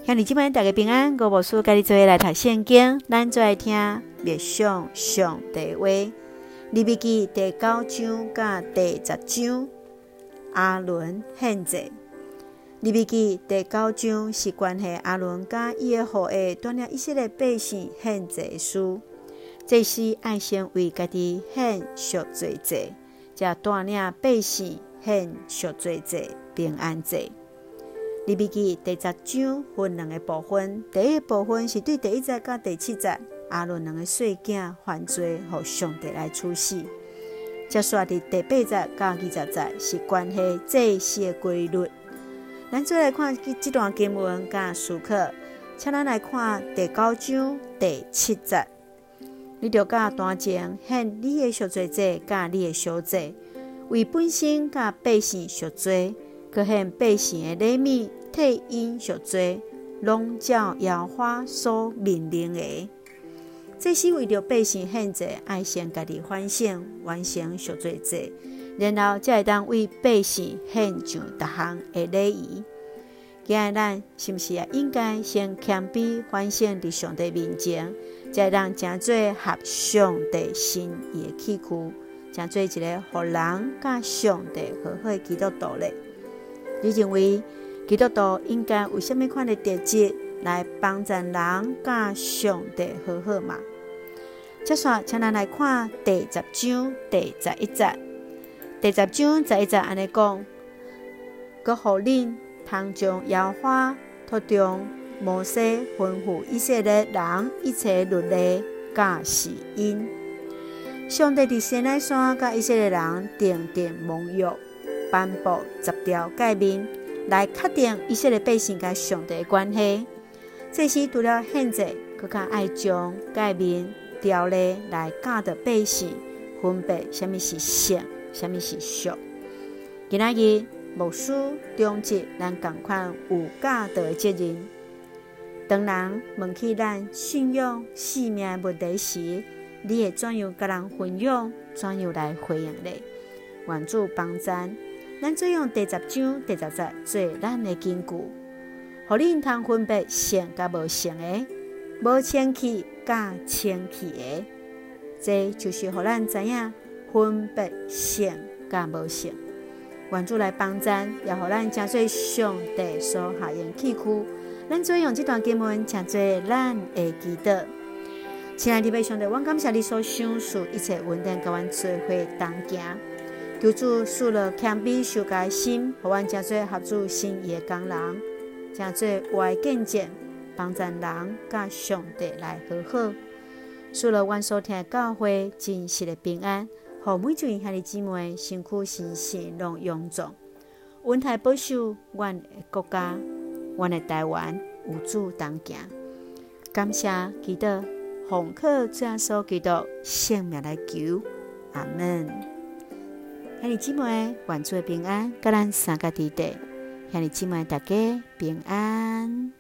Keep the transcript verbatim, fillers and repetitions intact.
兄弟姊妹大家平安，我无事甲你做伙来读圣经，咱做来听默想上帝话。利未记第九章甲第十章，阿伦献祭。利未记第九章是关系阿伦甲伊的后裔带领以色列百姓献祭书，这是爱先为家己献赎罪祭，才带领百姓献赎罪祭、平安祭。利未记第十章分两个部分，第一个部分是对第一节到第七节阿伦两个细囝犯罪，互上帝来处死。接续伫第八节到二十节是关系祭祀的规律。咱再来看这段经文甲思考，请咱来看第九章第七节。你着甲单前献你的赎罪祭甲你的小祭，为本身甲百姓赎罪，佮献百姓的礼物替因赎罪，拢照耶和华所命令的。这是为着百姓献祭，爱先家己反省，完成赎罪祭，然后才会当为百姓献上逐项的礼仪。今日咱是毋是也应该先谦卑反省伫上帝面前，才会当真做合上帝心意的器具，真做一个互人甲上帝和好的基督徒咧？你认为基督徒应该有什么款的特质来帮助人甲上帝和好嘛？接下请咱来看第十章第十一节。第十章十一节安尼讲，佮互恁通将耶和华托中摩西吩咐以色列人一切律例甲示因。上帝伫西奈山甲以色列人订定盟约，颁布十条诫命，来确定以色列百姓甲上帝的关系。这是除了献祭，佮较爱将诫命条例来教导百姓，分别什么是圣，什么是俗。今仔日牧师中职，咱同款有教导的责任。当人问起咱信仰性命的问题时，你会怎样甲人分享？怎样来回应呢？愿主帮助咱，做用第十章第十节做咱的根据，互恁通分别圣甲无圣的，无清气甲清气的。这就是互咱知影分别圣甲无圣。愿主来帮助，也互咱真做上帝所下用器具。咱做用这段经文，真做咱的祈祷。亲爱的弟兄上帝，阮感谢你所赏赐一切恩典，甲阮做伙同行。求主赐了谦卑受教的心，互阮真做合主心意的工人，真做活的见证，帮助人甲上帝来和好。赐了阮所听的教诲真实的平安。互每一位兄弟姊妹身躯心性拢勇壮，稳泰保守阮的国家，阮的台湾有主同行。感谢基督，奉靠主耶稣基督圣名来求，阿门。兄弟姊妹，愿主的平安，甲咱三个伫地。兄弟姊妹，大家平安。